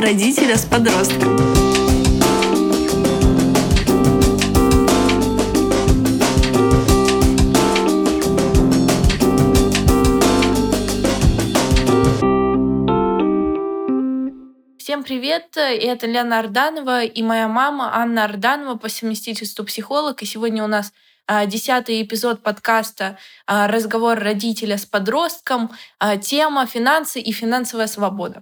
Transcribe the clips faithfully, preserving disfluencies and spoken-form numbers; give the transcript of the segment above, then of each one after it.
родителя с подростком. Всем привет! Это Лена Арданова и моя мама Анна Арданова, по совместительству психолог. И сегодня у нас а, десятый эпизод подкаста а, «Разговор родителя с подростком». А, Тема «Финансы и финансовая свобода».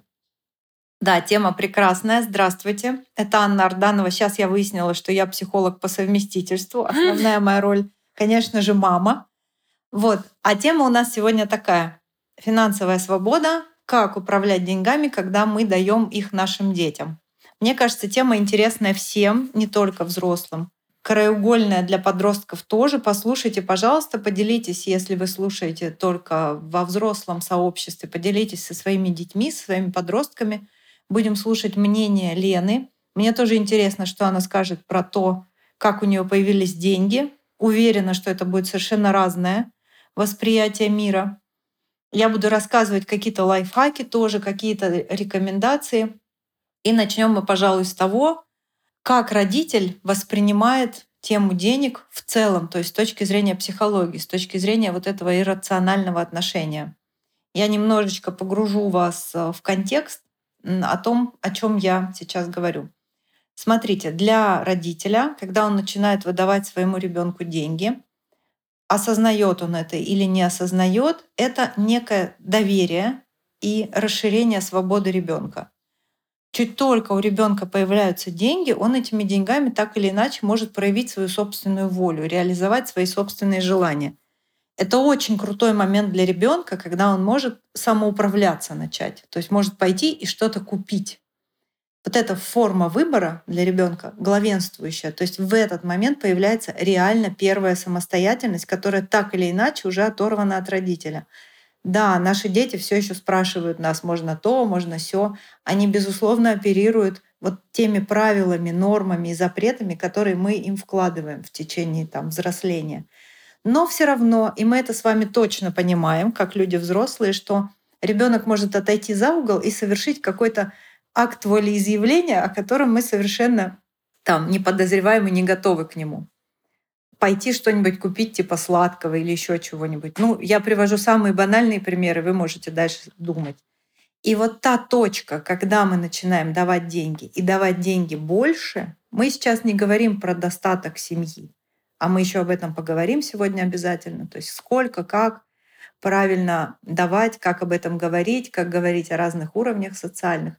Да, тема прекрасная. Здравствуйте. Это Анна Арданова. Сейчас я выяснила, что я психолог по совместительству. Основная моя роль, конечно же, мама. Вот. А тема у нас сегодня такая. Финансовая свобода. Как управлять деньгами, когда мы даем их нашим детям. Мне кажется, тема интересная всем, не только взрослым. Краеугольная для подростков тоже. Послушайте, пожалуйста, поделитесь, если вы слушаете только во взрослом сообществе, поделитесь со своими детьми, со своими подростками. Будем слушать мнение Лены. Мне тоже интересно, что она скажет про то, как у нее появились деньги. Уверена, что это будет совершенно разное восприятие мира. Я буду рассказывать какие-то лайфхаки тоже, какие-то рекомендации. И начнем мы, пожалуй, с того, как родитель воспринимает тему денег в целом, то есть с точки зрения психологии, с точки зрения вот этого иррационального отношения. Я немножечко погружу вас в контекст о том, о чем я сейчас говорю. Смотрите, для родителя, когда он начинает выдавать своему ребенку деньги, осознает он это или не осознает, это некое доверие и расширение свободы ребенка. Чуть только у ребенка появляются деньги, он этими деньгами так или иначе может проявить свою собственную волю, реализовать свои собственные желания. Это очень крутой момент для ребенка, когда он может самоуправляться начать, то есть может пойти и что-то купить. Вот эта форма выбора для ребенка главенствующая. То есть в этот момент появляется реально первая самостоятельность, которая так или иначе уже оторвана от родителя. Да, наши дети все еще спрашивают нас, можно то, можно сё. Они, безусловно, оперируют вот теми правилами, нормами и запретами, которые мы им вкладываем в течение там, взросления. Но все равно, и мы это с вами точно понимаем, как люди взрослые, что ребенок может отойти за угол и совершить какой-то акт волеизъявления, о котором мы совершенно там, не подозреваем и не готовы к нему. Пойти что-нибудь купить типа сладкого или еще чего-нибудь. Ну, я привожу самые банальные примеры, вы можете дальше думать. И вот та точка, когда мы начинаем давать деньги и давать деньги больше, мы сейчас не говорим про достаток семьи, а мы еще об этом поговорим сегодня обязательно. То есть сколько, как правильно давать, как об этом говорить, как говорить о разных уровнях социальных.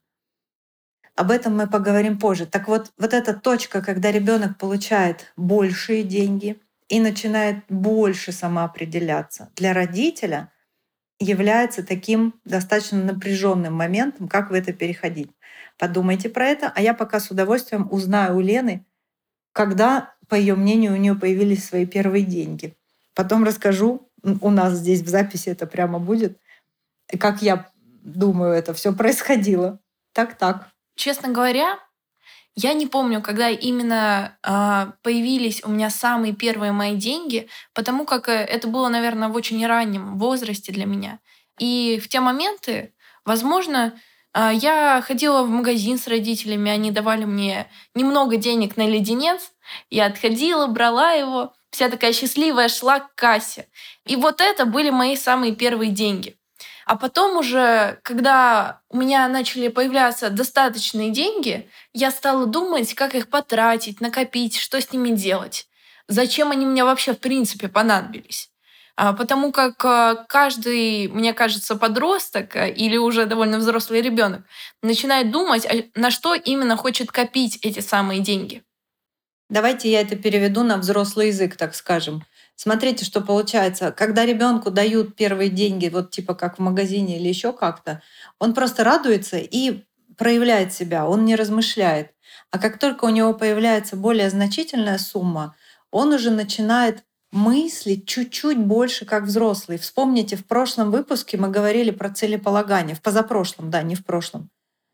Об этом мы поговорим позже. Так вот, вот эта точка, когда ребенок получает большие деньги и начинает больше самоопределяться, для родителя является таким достаточно напряженным моментом, как в это переходить. Подумайте про это, а я пока с удовольствием узнаю у Лены, когда, по ее мнению, у нее появились свои первые деньги. Потом расскажу, у нас здесь в записи это прямо будет, как я думаю, это все происходило. Так-так. Честно говоря, я не помню, когда именно а, появились у меня самые первые мои деньги, потому как э, это было, наверное, в очень раннем возрасте для меня. И в те моменты, возможно, а, я ходила в магазин с родителями, они давали мне немного денег на леденец, я отходила, брала его, вся такая счастливая, шла к кассе. И вот это были мои самые первые деньги. А потом уже, когда у меня начали появляться достаточные деньги, я стала думать, как их потратить, накопить, что с ними делать. Зачем они мне вообще в принципе понадобились. А, Потому как а, каждый, мне кажется, подросток а, или уже довольно взрослый ребенок начинает думать, а на что именно хочет копить эти самые деньги. Давайте я это переведу на взрослый язык, так скажем. Смотрите, что получается. Когда ребенку дают первые деньги, вот типа как в магазине или еще как-то, он просто радуется и проявляет себя, он не размышляет. А как только у него появляется более значительная сумма, он уже начинает мыслить чуть-чуть больше как взрослый. Вспомните, в прошлом выпуске мы говорили про целеполагание, в позапрошлом, да, не в прошлом.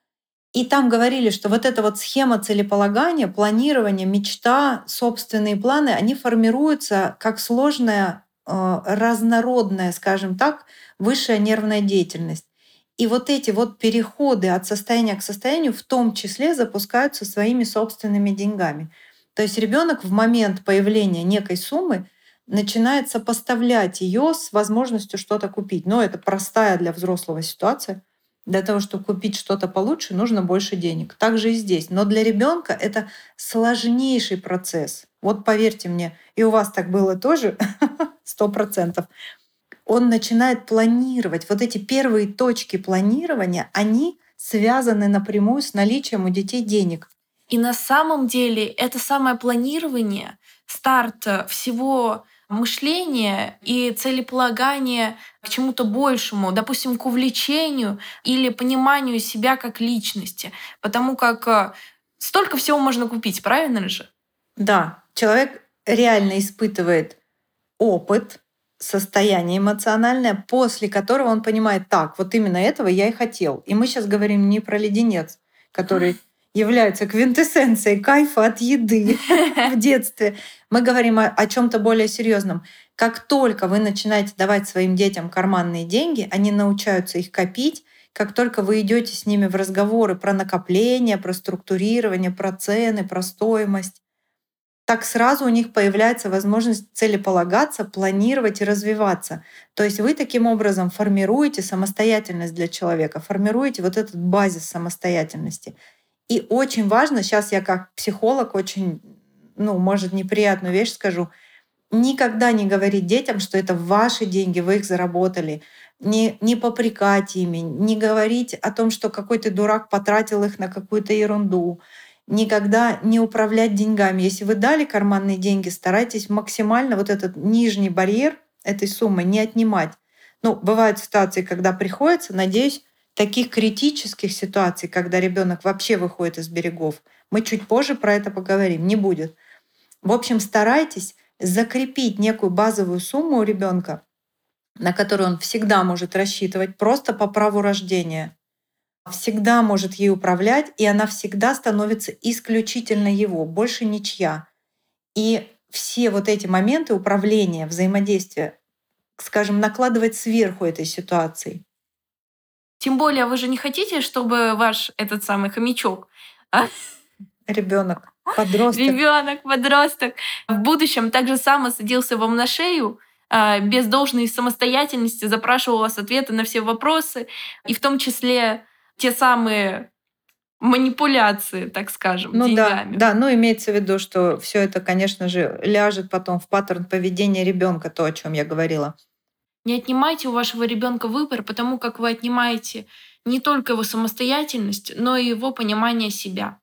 И там говорили, что вот эта вот схема целеполагания, планирование, мечта, собственные планы, они формируются как сложная, э, разнородная, скажем так, высшая нервная деятельность. И вот эти вот переходы от состояния к состоянию в том числе запускаются своими собственными деньгами. То есть ребенок в момент появления некой суммы начинает сопоставлять ее с возможностью что-то купить. Но это простая для взрослого ситуация. Для того, чтобы купить что-то получше, нужно больше денег. Так же и здесь. Но для ребенка это сложнейший процесс. Вот поверьте мне, и у вас так было тоже, сто процентов. Он начинает планировать. Вот эти первые точки планирования, они связаны напрямую с наличием у детей денег. И на самом деле это самое планирование, старт э, всего мышления и целеполагания к чему-то большему, допустим, к увлечению или пониманию себя как личности. Потому как э, столько всего можно купить, правильно же? Да, человек реально испытывает опыт, состояние эмоциональное, после которого он понимает, так, вот именно этого я и хотел. И мы сейчас говорим не про леденец, который является квинтэссенцией кайфа от еды в детстве. Мы говорим о, о чем-то более серьезном. Как только вы начинаете давать своим детям карманные деньги, они научаются их копить. Как только вы идете с ними в разговоры про накопление, про структурирование, про цены, про стоимость, так сразу у них появляется возможность целеполагаться, планировать и развиваться. То есть вы таким образом формируете самостоятельность для человека, формируете вот этот базис самостоятельности. И очень важно, сейчас я как психолог очень, ну, может, неприятную вещь скажу, никогда не говорить детям, что это ваши деньги, вы их заработали. Не, не попрекать ими, не говорить о том, что какой ты дурак потратил их на какую-то ерунду. Никогда не управлять деньгами. Если вы дали карманные деньги, старайтесь максимально вот этот нижний барьер этой суммы не отнимать. Ну, бывают ситуации, когда приходится, надеюсь, таких критических ситуаций, когда ребенок вообще выходит из берегов. Мы чуть позже про это поговорим, не будет. В общем, старайтесь закрепить некую базовую сумму у ребенка, на которую он всегда может рассчитывать просто по праву рождения. Всегда может ей управлять, и она всегда становится исключительно его, больше ничья. И все вот эти моменты управления, взаимодействия, скажем, накладывать сверху этой ситуации. Тем более вы же не хотите, чтобы ваш этот самый хомячок, а, Ребенок, подросток. ребенок, подросток в будущем так же само садился вам на шею, а, без должной самостоятельности запрашивал у вас ответы на все вопросы, и в том числе те самые манипуляции, так скажем, Ну да, деньгами. да, ну имеется в виду, что все это, конечно же, ляжет потом в паттерн поведения ребенка, то, о чем я говорила. Не отнимайте у вашего ребенка выбор, потому как вы отнимаете не только его самостоятельность, но и его понимание себя.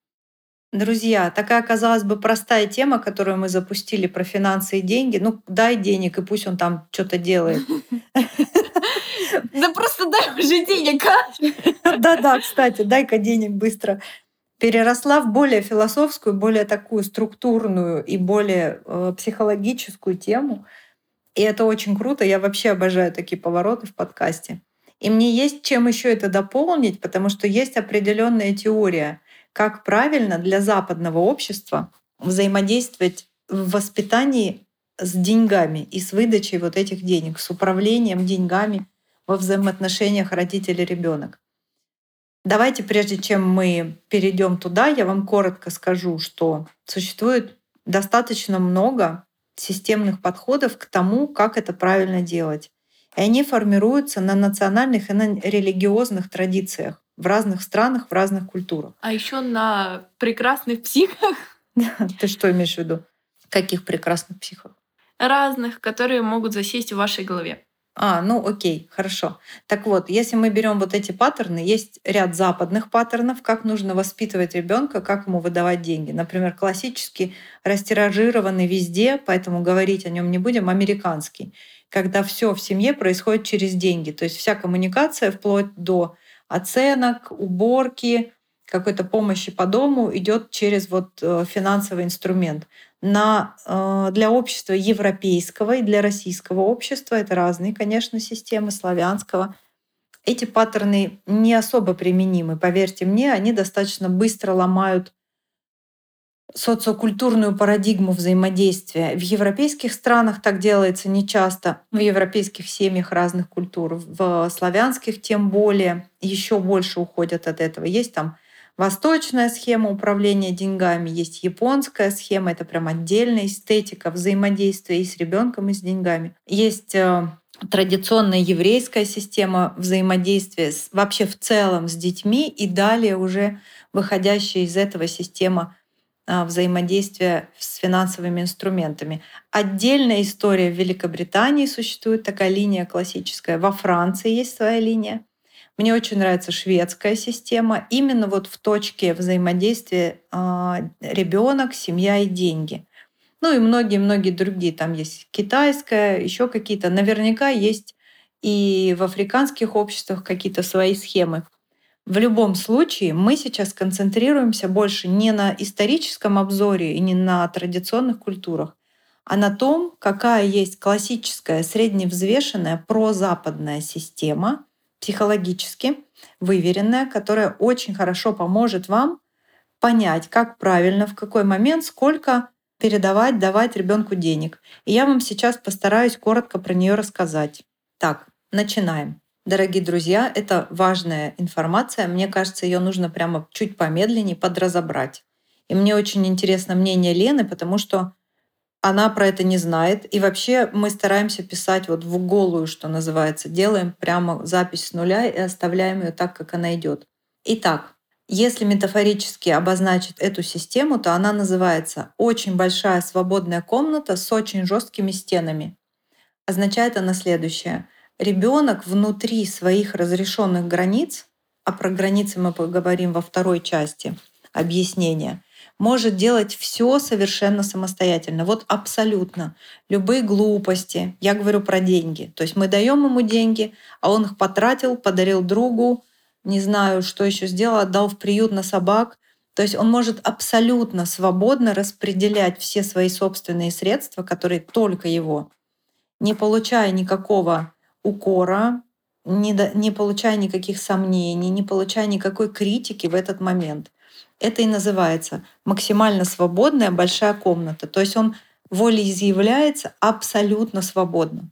Друзья, такая, казалось бы, простая тема, которую мы запустили про финансы и деньги. Ну, дай денег, и пусть он там что-то делает. Да просто дай уже денег, а! Да-да, кстати, дай-ка денег быстро. Переросла в более философскую, более такую структурную и более э, психологическую тему. И это очень круто. Я вообще обожаю такие повороты в подкасте. И мне есть чем еще это дополнить, потому что есть определенная теория, как правильно для западного общества взаимодействовать в воспитании с деньгами и с выдачей вот этих денег, с управлением деньгами во взаимоотношениях родитель-ребенок. Давайте, прежде чем мы перейдем туда, я вам коротко скажу, что существует достаточно много системных подходов к тому, как это правильно делать. И они формируются на национальных и на религиозных традициях в разных странах, в разных культурах. А еще на прекрасных психах Ты что имеешь в виду? Каких прекрасных психов? разных, которые могут засесть в вашей голове. А, ну окей, хорошо. Так вот, если мы берем вот эти паттерны, есть ряд западных паттернов, как нужно воспитывать ребенка, как ему выдавать деньги. Например, классический, растиражированный везде, поэтому говорить о нем не будем, американский, когда все в семье происходит через деньги. То есть вся коммуникация вплоть до оценок, уборки, какой-то помощи по дому идет через вот э, финансовый инструмент. На, э, для общества европейского и для российского общества, это разные, конечно, системы, славянского, эти паттерны не особо применимы. Поверьте мне, они достаточно быстро ломают социокультурную парадигму взаимодействия. В европейских странах так делается нечасто, в европейских семьях разных культур, в славянских тем более, еще больше уходят от этого. Есть там восточная схема управления деньгами, есть японская схема, это прям отдельная эстетика взаимодействия и с ребенком, и с деньгами. Есть э, традиционная еврейская система взаимодействия с, вообще в целом с детьми, и далее уже выходящая из этого система а, взаимодействия с финансовыми инструментами. Отдельная история в Великобритании существует такая линия классическая. Во Франции есть своя линия. Мне очень нравится шведская система. Именно вот в точке взаимодействия ребенок, семья и деньги. Ну и многие-многие другие. Там есть китайская, еще какие-то. Наверняка есть и в африканских обществах какие-то свои схемы. В любом случае, мы сейчас концентрируемся больше не на историческом обзоре и не на традиционных культурах, а на том, какая есть классическая средневзвешенная прозападная система, психологически выверенная, которая очень хорошо поможет вам понять, как правильно, в какой момент, сколько передавать, давать ребенку денег. И я вам сейчас постараюсь коротко про нее рассказать. Так, начинаем. Дорогие друзья, это важная информация. Мне кажется, ее нужно прямо чуть помедленнее подразобрать. И мне очень интересно мнение Лены, потому что она про это не знает. И вообще мы стараемся писать вот в голую, что называется. Делаем прямо запись с нуля и оставляем ее так, как она идет. Итак, если метафорически обозначить эту систему, то она называется «очень большая свободная комната с очень жесткими стенами». Означает она следующее. Ребенок внутри своих разрешенных границ, а про границы мы поговорим во второй части объяснения, может делать все совершенно самостоятельно. Вот абсолютно. Любые глупости. Я говорю про деньги. То есть мы даем ему деньги, а он их потратил, подарил другу, не знаю, что еще сделал, отдал в приют на собак. То есть он может абсолютно свободно распределять все свои собственные средства, которые только его, не получая никакого укора, не, до- не получая никаких сомнений, не получая никакой критики в этот момент. Это и называется максимально свободная большая комната. То есть он волеизъявляется абсолютно свободно.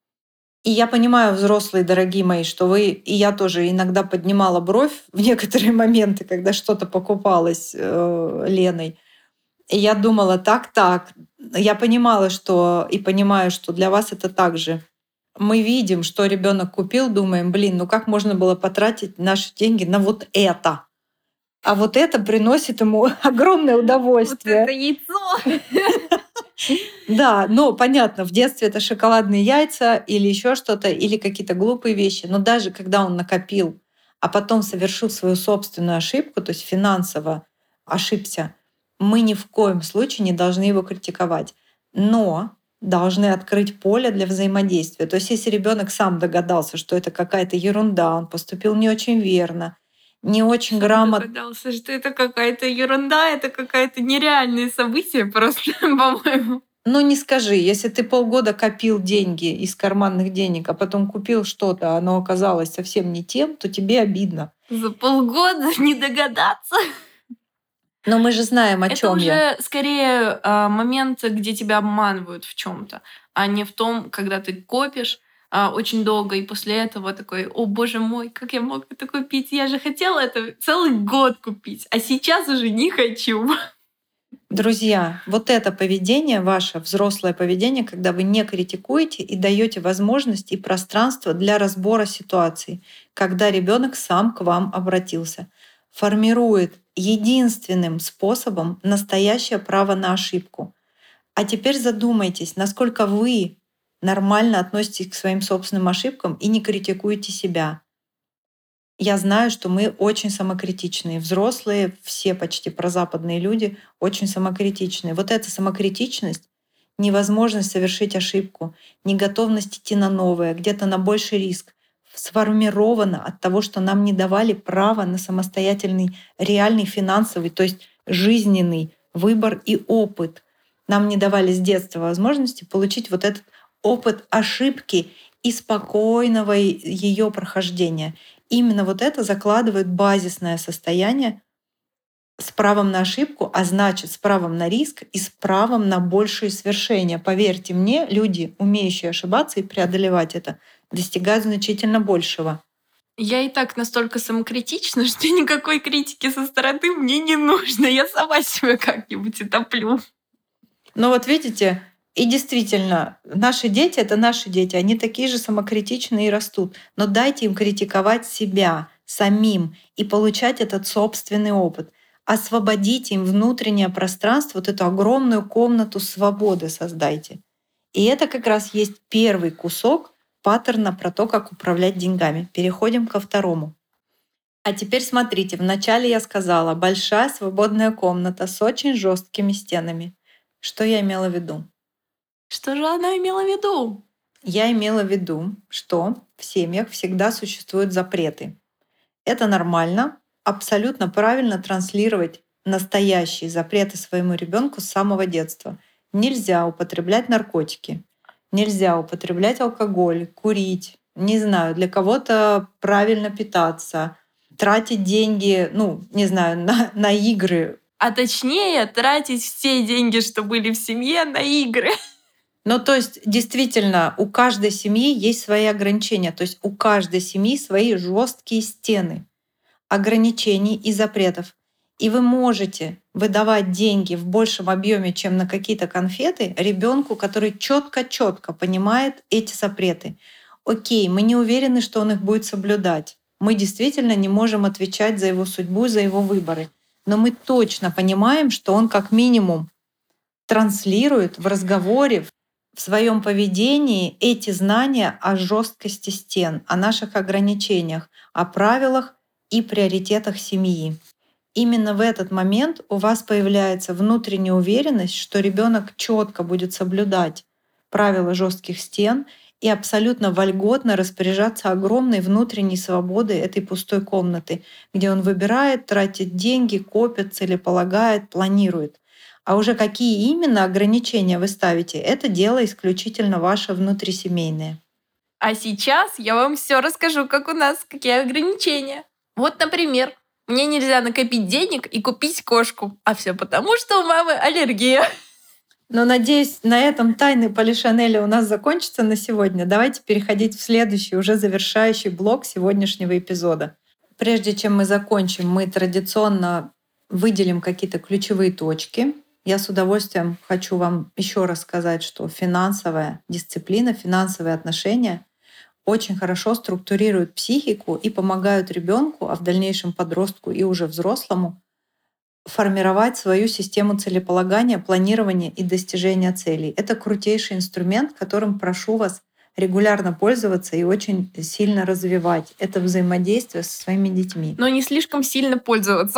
И я понимаю, взрослые, дорогие мои, что вы, и я тоже иногда поднимала бровь в некоторые моменты, когда что-то покупалось э, Леной. И я думала, так, так. Я понимала, что и понимаю, что для вас это так же. Мы видим, что ребенок купил, думаем, блин, ну как можно было потратить наши деньги на вот это? А вот это приносит ему огромное Вот это удовольствие. яйцо. Да, ну понятно, в детстве это шоколадные яйца или еще что-то, или какие-то глупые вещи. Но даже когда он накопил, а потом совершил свою собственную ошибку, то есть финансово ошибся, мы ни в коем случае не должны его критиковать. Но должны открыть поле для взаимодействия. То есть если ребенок сам догадался, что это какая-то ерунда, он поступил не очень верно, не очень Сам грамотно. догадался, что это какая-то ерунда, это какая-то нереальные события просто, по-моему. Ну не скажи, если ты полгода копил деньги из карманных денег, а потом купил что-то, а оно оказалось совсем не тем, то тебе обидно. За полгода не догадаться. Но мы же знаем, о Это чем я. уже скорее а, момент, где тебя обманывают в чем-то, а не в том, когда ты копишь а, очень долго, и после этого такой, о боже мой, как я мог это купить? Я же хотела это целый год купить, а сейчас уже не хочу. Друзья, вот это поведение, ваше взрослое поведение, когда вы не критикуете и даете возможность и пространство для разбора ситуаций, когда ребенок сам к вам обратился, формирует единственным способом настоящее право на ошибку. А теперь задумайтесь, насколько вы нормально относитесь к своим собственным ошибкам и не критикуете себя. Я знаю, что мы очень самокритичные. Взрослые, все почти прозападные люди очень самокритичные. Вот эта самокритичность, невозможность совершить ошибку, неготовность идти на новое, где-то на больший риск, сформирована от того, что нам не давали права на самостоятельный, реальный финансовый, то есть жизненный выбор и опыт. Нам не давали с детства возможности получить вот этот опыт ошибки и спокойного ее прохождения. Именно вот это закладывает базисное состояние с правом на ошибку, а значит, с правом на риск и с правом на большие свершения. Поверьте мне, люди, умеющие ошибаться и преодолевать это, достигают значительно большего. Я и так настолько самокритична, что никакой критики со стороны мне не нужно. Я сама себя как-нибудь отоплю. Но вот видите, и действительно, наши дети — это наши дети, они такие же самокритичные и растут. Но дайте им критиковать себя самим и получать этот собственный опыт. Освободите им внутреннее пространство, вот эту огромную комнату свободы создайте. И это как раз есть первый кусок паттерна про то, как управлять деньгами. Переходим ко второму. А теперь смотрите, вначале я сказала, большая свободная комната с очень жесткими стенами. Что я имела в виду? Что же она имела в виду? Я имела в виду, что в семьях всегда существуют запреты. Это нормально, абсолютно правильно транслировать настоящие запреты своему ребенку с самого детства. Нельзя употреблять наркотики, нельзя употреблять алкоголь, курить, не знаю, для кого-то правильно питаться, тратить деньги, ну, не знаю, на, на игры. А точнее, тратить все деньги, что были в семье, на игры. Ну, то есть, действительно, у каждой семьи есть свои ограничения. То есть у каждой семьи свои жесткие стены ограничений и запретов. И вы можете выдавать деньги в большем объеме, чем на какие-то конфеты, ребенку, который четко-четко понимает эти запреты. Окей, мы не уверены, что он их будет соблюдать. Мы действительно не можем отвечать за его судьбу, за его выборы. Но мы точно понимаем, что он как минимум транслирует в разговоре, в своем поведении эти знания о жесткости стен, о наших ограничениях, о правилах и приоритетах семьи. Именно в этот момент у вас появляется внутренняя уверенность, что ребенок четко будет соблюдать правила жестких стен и абсолютно вольготно распоряжаться огромной внутренней свободой этой пустой комнаты, где он выбирает, тратит деньги, копит, целеполагает, планирует. А уже какие именно ограничения вы ставите, это дело исключительно ваше внутрисемейное. А сейчас я вам все расскажу, как у нас, какие ограничения. Вот, например, мне нельзя накопить денег и купить кошку. А все потому, что у мамы аллергия. Но надеюсь, на этом тайны Поли Шанеля у нас закончатся на сегодня. Давайте переходить в следующий, уже завершающий блок сегодняшнего эпизода. Прежде чем мы закончим, мы традиционно выделим какие-то ключевые точки. Я с удовольствием хочу вам еще раз сказать, что финансовая дисциплина, финансовые отношения очень хорошо структурируют психику и помогают ребенку, а в дальнейшем подростку и уже взрослому, формировать свою систему целеполагания, планирования и достижения целей. Это крутейший инструмент, которым прошу вас регулярно пользоваться и очень сильно развивать. Это взаимодействие со своими детьми. Но не слишком сильно пользоваться.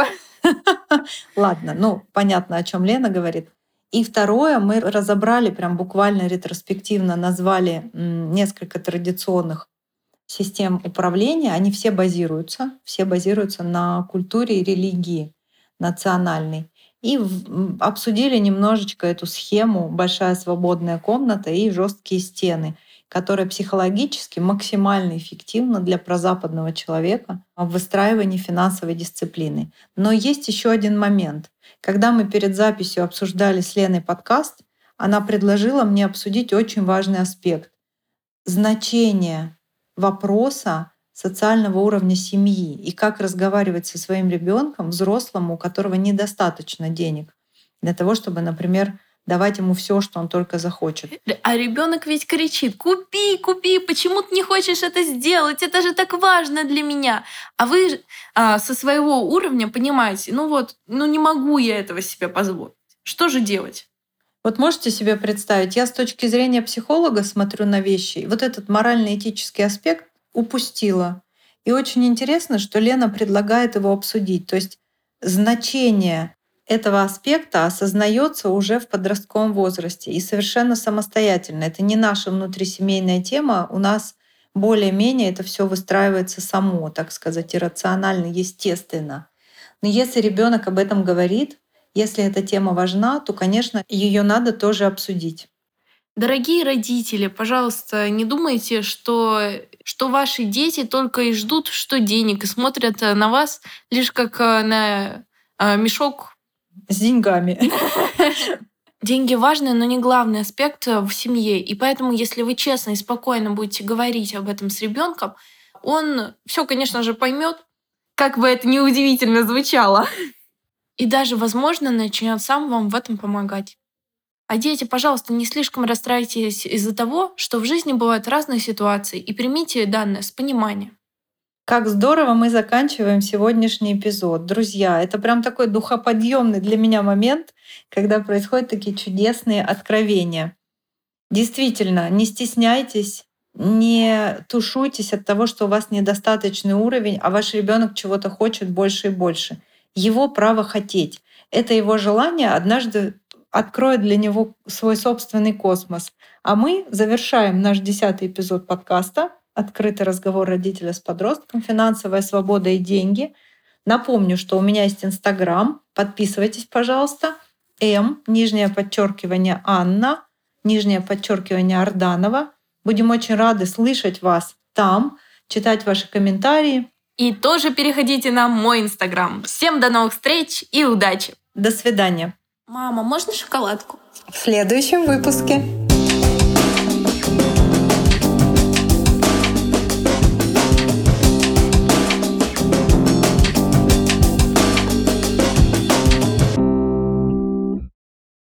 Ладно, ну понятно, о чем Лена говорит. И второе, мы разобрали прям буквально ретроспективно, назвали несколько традиционных систем управления. Они все базируются, все базируются на культуре и религии национальной. И обсудили немножечко эту схему «большая свободная комната» и «жесткие стены», которая психологически максимально эффективна для прозападного человека в выстраивании финансовой дисциплины. Но есть еще один момент. Когда мы перед записью обсуждали с Леной подкаст, она предложила мне обсудить очень важный аспект — значение вопроса социального уровня семьи и как разговаривать со своим ребенком, взрослому, у которого недостаточно денег для того, чтобы, например, давать ему все, что он только захочет. А ребенок ведь кричит: купи, купи, почему ты не хочешь это сделать? Это же так важно для меня. А вы а, со своего уровня понимаете, ну вот, ну не могу я этого себе позволить. Что же делать? Вот можете себе представить, я с точки зрения психолога смотрю на вещи, и вот этот морально-этический аспект упустила. И очень интересно, что Лена предлагает его обсудить. То есть значение этого аспекта осознается уже в подростковом возрасте и совершенно самостоятельно. Это не наша внутрисемейная тема. У нас более-менее это все выстраивается само, так сказать, иррационально, естественно. Но если ребенок об этом говорит, если эта тема важна, то, конечно, ее надо тоже обсудить. Дорогие родители, пожалуйста, не думайте, что, что ваши дети только и ждут, что денег, и смотрят на вас лишь как на мешок с деньгами. Деньги важны, но не главный аспект в семье. И поэтому, если вы честно и спокойно будете говорить об этом с ребенком, он все, конечно же, поймет, как бы это ни удивительно звучало. И даже, возможно, начнет сам вам в этом помогать. А дети, пожалуйста, не слишком расстраивайтесь из-за того, что в жизни бывают разные ситуации, и примите данное с пониманием. Как здорово мы заканчиваем сегодняшний эпизод. Друзья, это прям такой духоподъемный для меня момент, когда происходят такие чудесные откровения. Действительно, не стесняйтесь, не тушуйтесь от того, что у вас недостаточный уровень, а ваш ребенок чего-то хочет больше и больше. Его право хотеть. Это его желание однажды откроет для него свой собственный космос. А мы завершаем наш десятый эпизод подкаста «Открытый разговор родителя с подростком. Финансовая свобода и деньги». Напомню, что у меня есть Инстаграм. Подписывайтесь, пожалуйста. М, нижнее подчеркивание Анна, нижнее подчеркивание Арданова. Будем очень рады слышать вас там, читать ваши комментарии. И тоже переходите на мой Инстаграм. Всем до новых встреч и удачи! До свидания. Мама, можно шоколадку? В следующем выпуске.